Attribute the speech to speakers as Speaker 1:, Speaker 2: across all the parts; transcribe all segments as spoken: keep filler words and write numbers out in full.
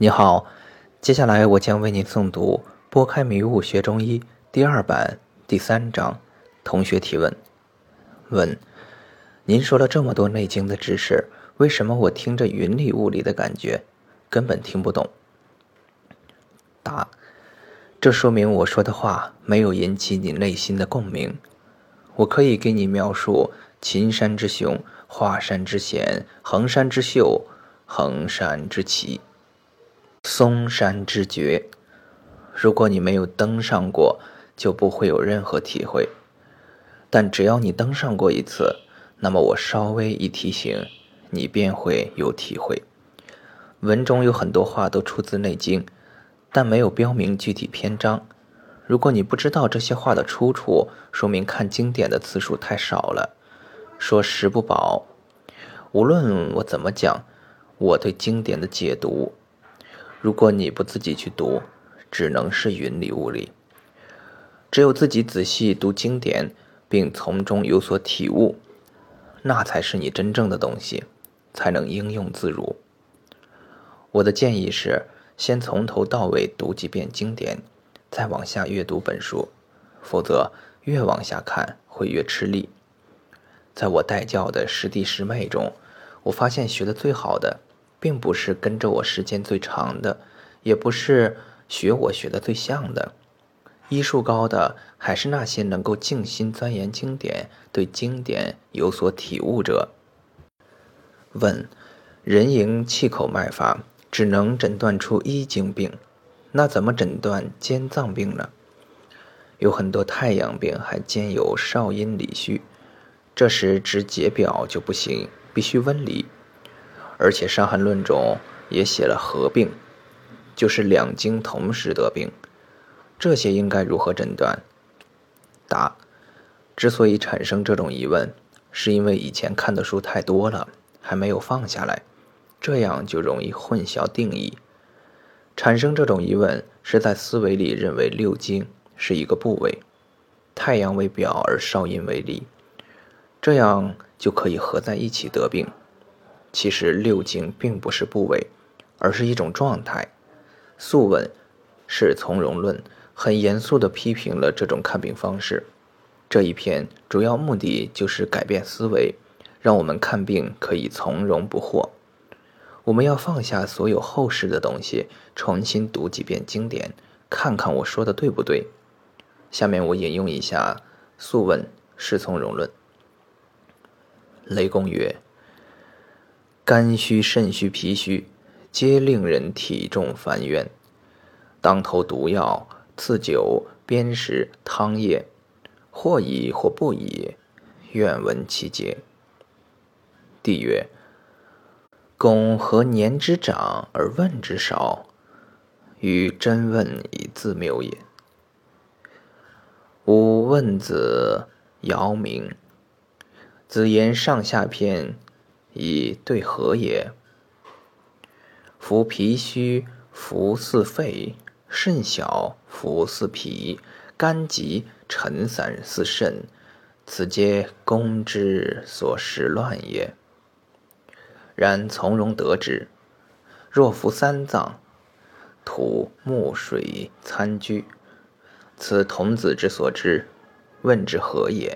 Speaker 1: 你好，接下来我将为您诵读《拨开迷雾学中医》第二版第三章。同学提问：问，您说了这么多内经的知识，为什么我听着云里雾里的感觉，根本听不懂？答：这说明我说的话没有引起你内心的共鸣。我可以给你描述秦山之雄，华山之险，衡山之秀，衡山之奇，嵩山之绝。如果你没有登上过，就不会有任何体会。但只要你登上过一次，那么我稍微一提醒，你便会有体会。文中有很多话都出自《内经》，但没有标明具体篇章。如果你不知道这些话的出处，说明看经典的次数太少了。说食不饱，无论我怎么讲，我对经典的解读，如果你不自己去读，只能是云里雾里。只有自己仔细读经典，并从中有所体悟，那才是你真正的东西，才能应用自如。我的建议是，先从头到尾读几遍经典，再往下阅读本书，否则越往下看会越吃力。在我带教的师弟师妹中，我发现学得最好的，并不是跟着我时间最长的，也不是学我学得最像的，医术高的还是那些能够静心钻研经典，对经典有所体悟者。问：人迎气口脉法只能诊断出一经病，那怎么诊断兼脏病呢？有很多太阳病还兼有少阴里虚，这时只解表就不行，必须温里。而且《伤寒论》中也写了合并，就是两经同时得病，这些应该如何诊断？答：之所以产生这种疑问，是因为以前看的书太多了，还没有放下来，这样就容易混淆定义。产生这种疑问是在思维里认为六经是一个部位，太阳为表而少阴为里，这样就可以合在一起得病。其实六经并不是部位，而是一种状态。素问是从容论很严肃地批评了这种看病方式。这一篇主要目的就是改变思维，让我们看病可以从容不迫。我们要放下所有后世的东西，重新读几遍经典，看看我说的对不对。下面我引用一下素问是从容论。雷公曰：肝虚、肾虚、脾虚，皆令人体重烦冤。当投毒药、赐酒、砭石、汤液，或以或不以，愿闻其节。帝曰：公何年之长而问之少？欲真问以自谬也。吾问子尧明，子言上下篇以对合也。夫脾虚，服似肺；肾小，服似脾；肝急，沉散似肾。此皆公之所时乱也。然从容得之。若服三脏，土木水参居，此童子之所知，问之何也？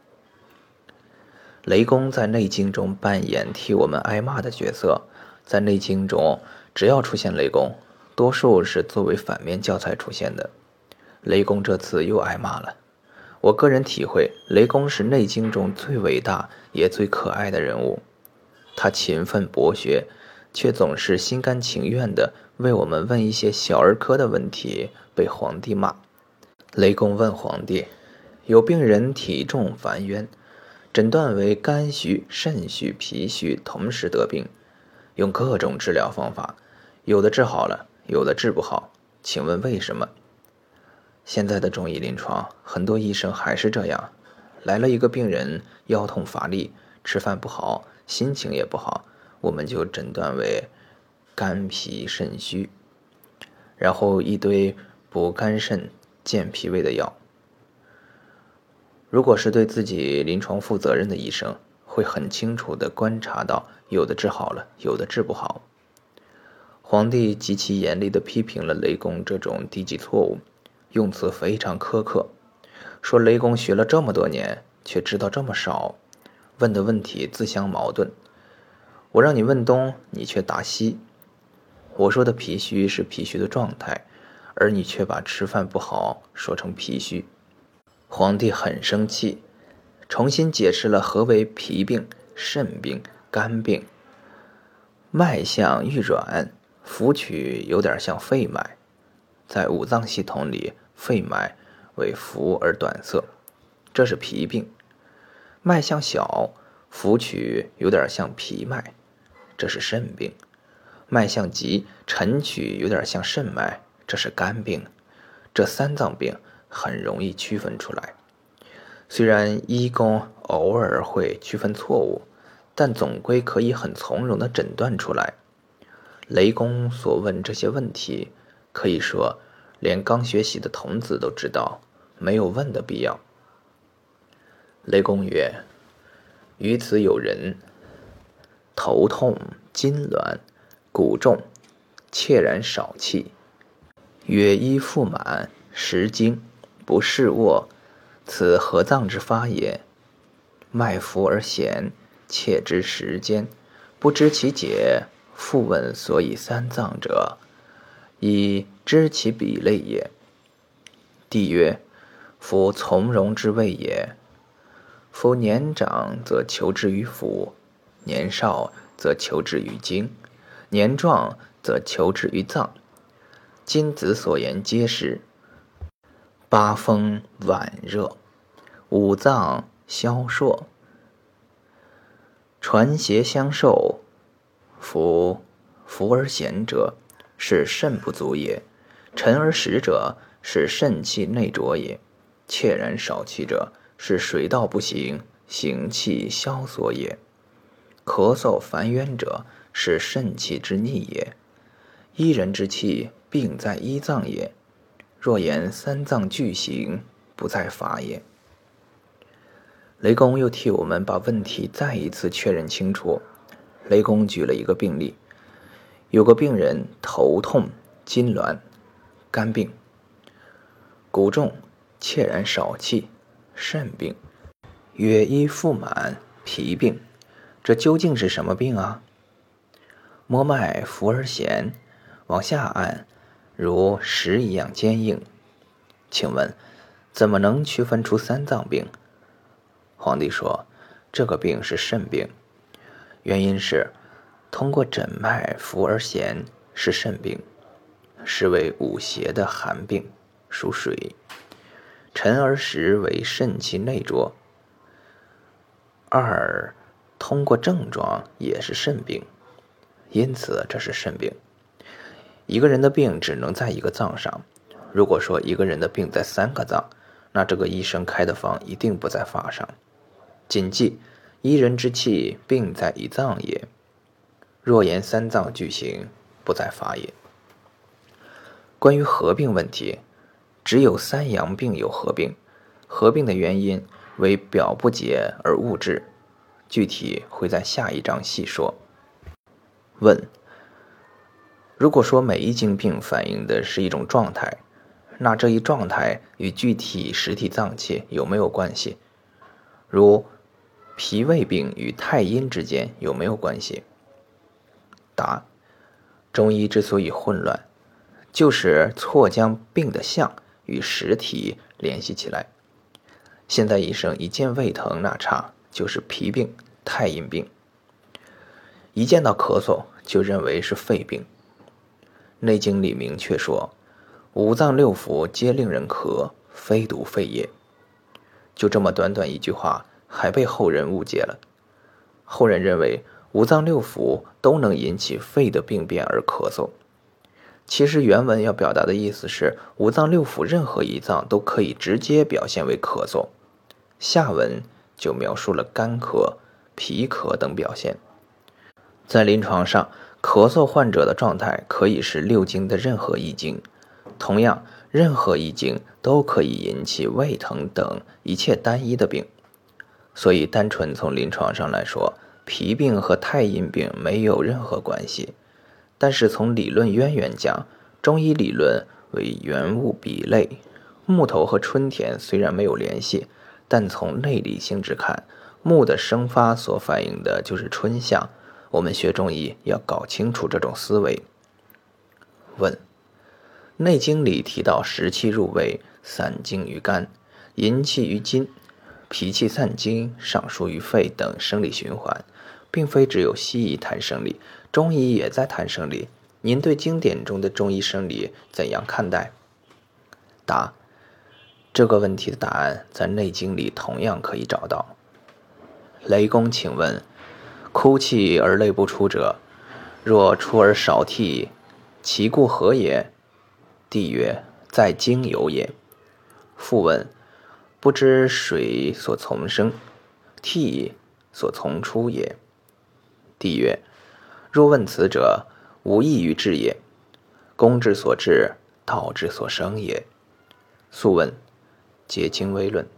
Speaker 1: 雷公在《内经》中扮演替我们挨骂的角色。在《内经》中，只要出现雷公，多数是作为反面教材出现的。雷公这次又挨骂了。我个人体会，雷公是《内经》中最伟大也最可爱的人物。他勤奋博学，却总是心甘情愿地为我们问一些小儿科的问题，被皇帝骂。雷公问皇帝：有病人体重烦冤，诊断为肝虚、肾虚、脾虚同时得病，用各种治疗方法，有的治好了，有的治不好，请问为什么？现在的中医临床，很多医生还是这样，来了一个病人腰痛乏力，吃饭不好，心情也不好，我们就诊断为肝脾肾虚，然后一堆补肝肾健脾胃的药。如果是对自己临床负责任的医生，会很清楚地观察到，有的治好了，有的治不好。 皇帝极其严厉地批评了雷公这种低级错误，用词非常苛刻，说雷公学了这么多年，却知道这么少，问的问题自相矛盾。我让你问东，你却答西。我说的脾虚是脾虚的状态，而你却把吃饭不好说成脾虚。皇帝很生气，重新解释了何为脾病、肾病、肝病。脉象欲软，浮曲有点像肺脉，在五脏系统里，肺脉为浮而短涩，这是脾病。脉象小，浮曲有点像脾脉，这是肾病。脉象急，沉曲有点像肾脉，这是肝病。这三脏病很容易区分出来。虽然医工偶尔会区分错误，但总归可以很从容地诊断出来。雷公所问这些问题，可以说连刚学习的童子都知道，没有问的必要。雷公曰：于此有人，头痛、筋挛、骨重，怯然少气，血衣腹满，食惊，不适卧，此何脏之发也？脉浮而弦，切之时间，不知其解。复问所以三脏者，以知其比类也。帝曰：夫从容之谓也。夫年长则求之于腑，年少则求之于经，年壮则求之于脏。今子所言皆是。八风脘热，五脏消烁，传邪相受。夫浮而弦者，是肾不足也；沉而实者，是肾气内浊也；怯然少气者，是水道不行，行气消缩也；咳嗽烦冤者，是肾气之逆也。一人之气，病在一脏也。若言三脏俱行，不在法也。雷公又替我们把问题再一次确认清楚。雷公举了一个病例，有个病人头痛、筋挛、肝病；骨重、怯然少气，肾病；血衣腹满，脾病。这究竟是什么病啊？摸脉浮而弦，往下按，如石一样坚硬。请问，怎么能区分出三脏病？皇帝说，这个病是肾病。原因是通过诊脉浮而弦是肾病，是为五邪的寒病，属水；沉而实为肾气内浊。二，通过症状也是肾病，因此这是肾病。一个人的病只能在一个脏上，如果说一个人的病在三个脏，那这个医生开的方一定不在法上。谨记，一人之气，病在一脏也。若言三脏俱行，不在法也。关于合并问题，只有三阳病有合并，合并的原因为表不解而误治，具体会在下一章细说。问：如果说每一经病反映的是一种状态，那这一状态与具体实体脏器有没有关系？如脾胃病与太阴之间有没有关系？答：中医之所以混乱，就是错将病的象与实体联系起来。现代医生一见胃疼那差就是脾病、太阴病，一见到咳嗽就认为是肺病。内经里明确说，五脏六腑皆令人咳，非独肺也。就这么短短一句话，还被后人误解了。后人认为五脏六腑都能引起肺的病变而咳嗽，其实原文要表达的意思是五脏六腑任何一脏都可以直接表现为咳嗽。下文就描述了干咳、脾咳等表现。在临床上，咳嗽患者的状态可以是六经的任何一经，同样任何一经都可以引起胃疼等一切单一的病。所以单纯从临床上来说，脾病和太阴病没有任何关系， 但是从理论渊源讲，中医理论为原物比类，木头和春天虽然没有联系，但从内理性质看，木的生发所反映的就是春象。我们学中医要搞清楚这种思维。问：内经里提到食气入胃，散精于肝，营气于筋，脾气散精，上输于肺等生理循环，并非只有西医谈生理，中医也在谈生理。您对经典中的中医生理怎样看待？答：这个问题的答案在内经里同样可以找到。雷公请问：哭泣而泪不出者，若出而少涕，其故何也？帝曰：在经有也。复问：不知水所从生，涕所从出也。帝曰：若问此者，无异于治也。公之所治，道之所生也。素问：解经微论。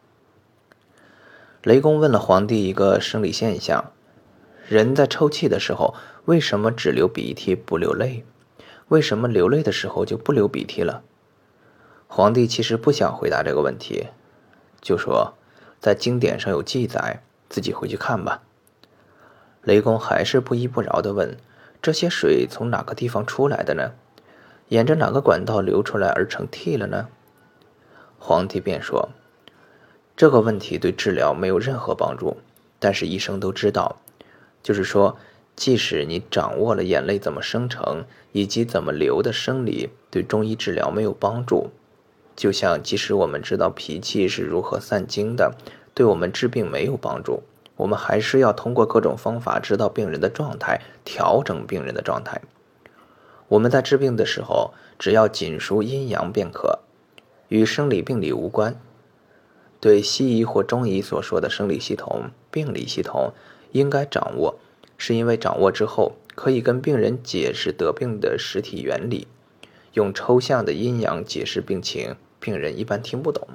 Speaker 1: 雷公问了皇帝一个生理现象：人在抽泣的时候，为什么只流鼻涕不流泪？为什么流泪的时候就不流鼻涕了？皇帝其实不想回答这个问题，就说在经典上有记载，自己回去看吧。雷公还是不依不饶地问：这些水从哪个地方出来的呢？沿着哪个管道流出来而成涕了呢？皇帝便说：这个问题对治疗没有任何帮助，但是医生都知道，就是说即使你掌握了眼泪怎么生成以及怎么流的生理，对中医治疗没有帮助。就像即使我们知道脾气是如何散精的，对我们治病没有帮助，我们还是要通过各种方法知道病人的状态，调整病人的状态。我们在治病的时候，只要紧熟阴阳便可，与生理病理无关。对西医或中医所说的生理系统、病理系统应该掌握，是因为掌握之后可以跟病人解释得病的实体原理。用抽象的阴阳解释病情，病人一般听不懂。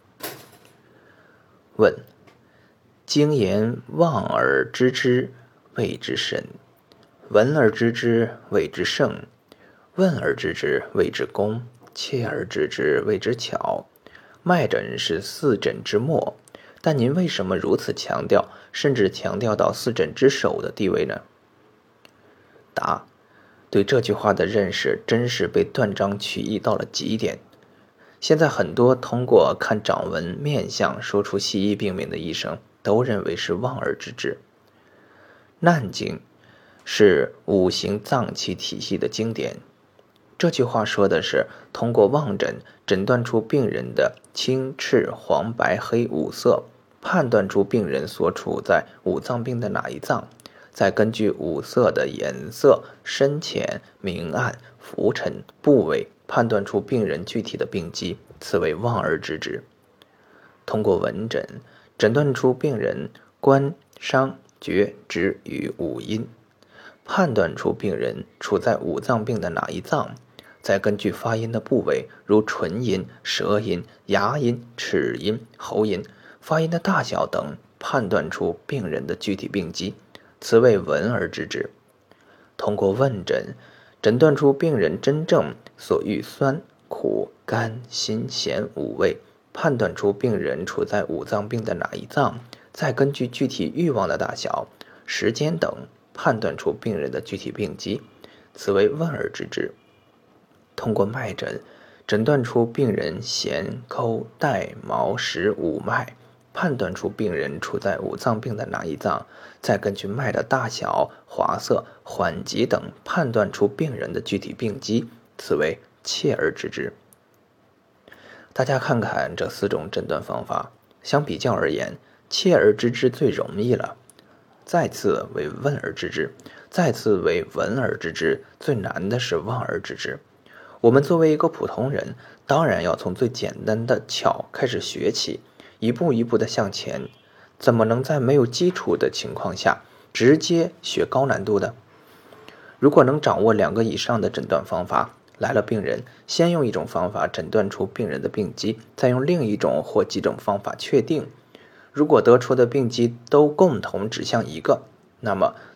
Speaker 1: 问：经言望而知之，谓之神；闻而知之，谓之圣；问而知之，谓之功；切而知之，谓之巧。脉诊是四诊之末，但您为什么如此强调，甚至强调到四诊之首的地位呢？答：对这句话的认识真是被断章取义到了极点。现在很多通过看掌纹、面相说出西医病名的医生，都认为是望而知之。难经是五行脏器体系的经典，这句话说的是通过望诊诊断出病人的青、赤、黄、白、黑五色，判断出病人所处在五脏病的哪一脏，再根据五色的颜色、深浅、明暗、浮沉、部位，判断出病人具体的病机，此为望而知之。通过闻诊诊断出病人官、伤、厥、止与五阴，判断出病人处在五脏病的哪一脏，再根据发音的部位，如唇音、舌音、牙音、齿音、喉音，发音的大小等，判断出病人的具体病机，此谓闻而知之。通过问诊诊断出病人真正所遇酸、苦、甘、辛、咸五味，判断出病人处在五脏病的哪一脏，再根据具体欲望的大小、时间等，判断出病人的具体病机，此为问而知之。通过脉诊诊断出病人弦、抠、带、毛、实五脉，判断出病人处在五脏病的哪一脏，再根据脉的大小、滑色、缓急等，判断出病人的具体病机，此为切而知之。大家看看这四种诊断方法，相比较而言，切而知之最容易了，再次为问而知之，再次为闻而知之，最难的是望而知之。我们作为一个普通人，当然要从最简单的巧开始学起，一步一步的向前，怎么能在没有基础的情况下直接学高难度的？如果能掌握两个以上的诊断方法，来了病人，先用一种方法诊断出病人的病机，再用另一种或几种方法确定。如果得出的病机都共同指向一个，那么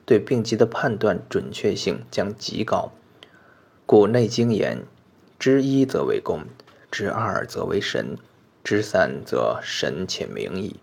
Speaker 1: 对病机的判断准确性将极高。故《内经》言：知一则为功，知二则为神，知三则神且明矣。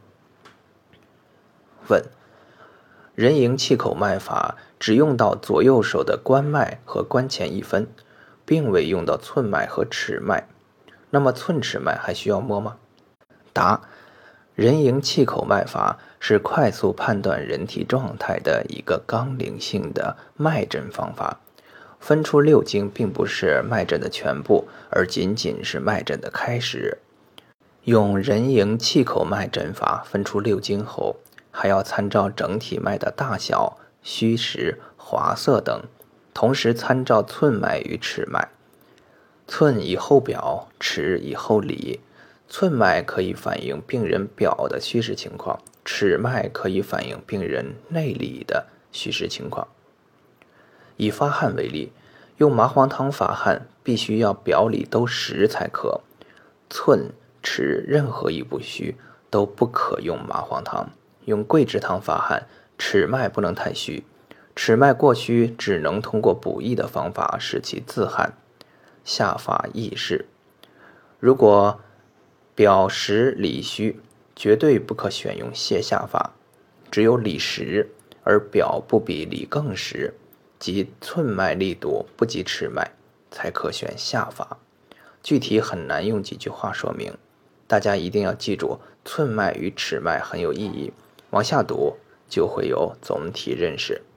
Speaker 1: 问：人迎气口脉法只用到左右手的关脉和关前一分，并未用到寸脉和尺脉，那么寸尺脉还需要摸吗？答：人迎气口脉法是快速判断人体状态的一个纲领性的脉诊方法。分出六经并不是脉诊的全部，而仅仅是脉诊的开始。用人迎气口脉诊法分出六经后，还要参照整体脉的大小、虚实、滑色等，同时参照寸脉与尺脉。寸以后表，尺以后里。寸脉可以反映病人表的虚实情况，尺脉可以反映病人内里的虚实情况。以发汗为例，用麻黄汤发汗必须要表里都实才可，寸、尺任何一不虚都不可用麻黄汤。用桂枝汤发汗，尺脉不能太虚，尺脉过虚只能通过补益的方法使其自汗，下发易逝。如果表实里虚，绝对不可选用泻下法，只有里实而表不比里更实，即寸脉力度不及尺脉，才可选下法。具体很难用几句话说明，大家一定要记住寸脉与尺脉很有意义，往下读就会有总体认识。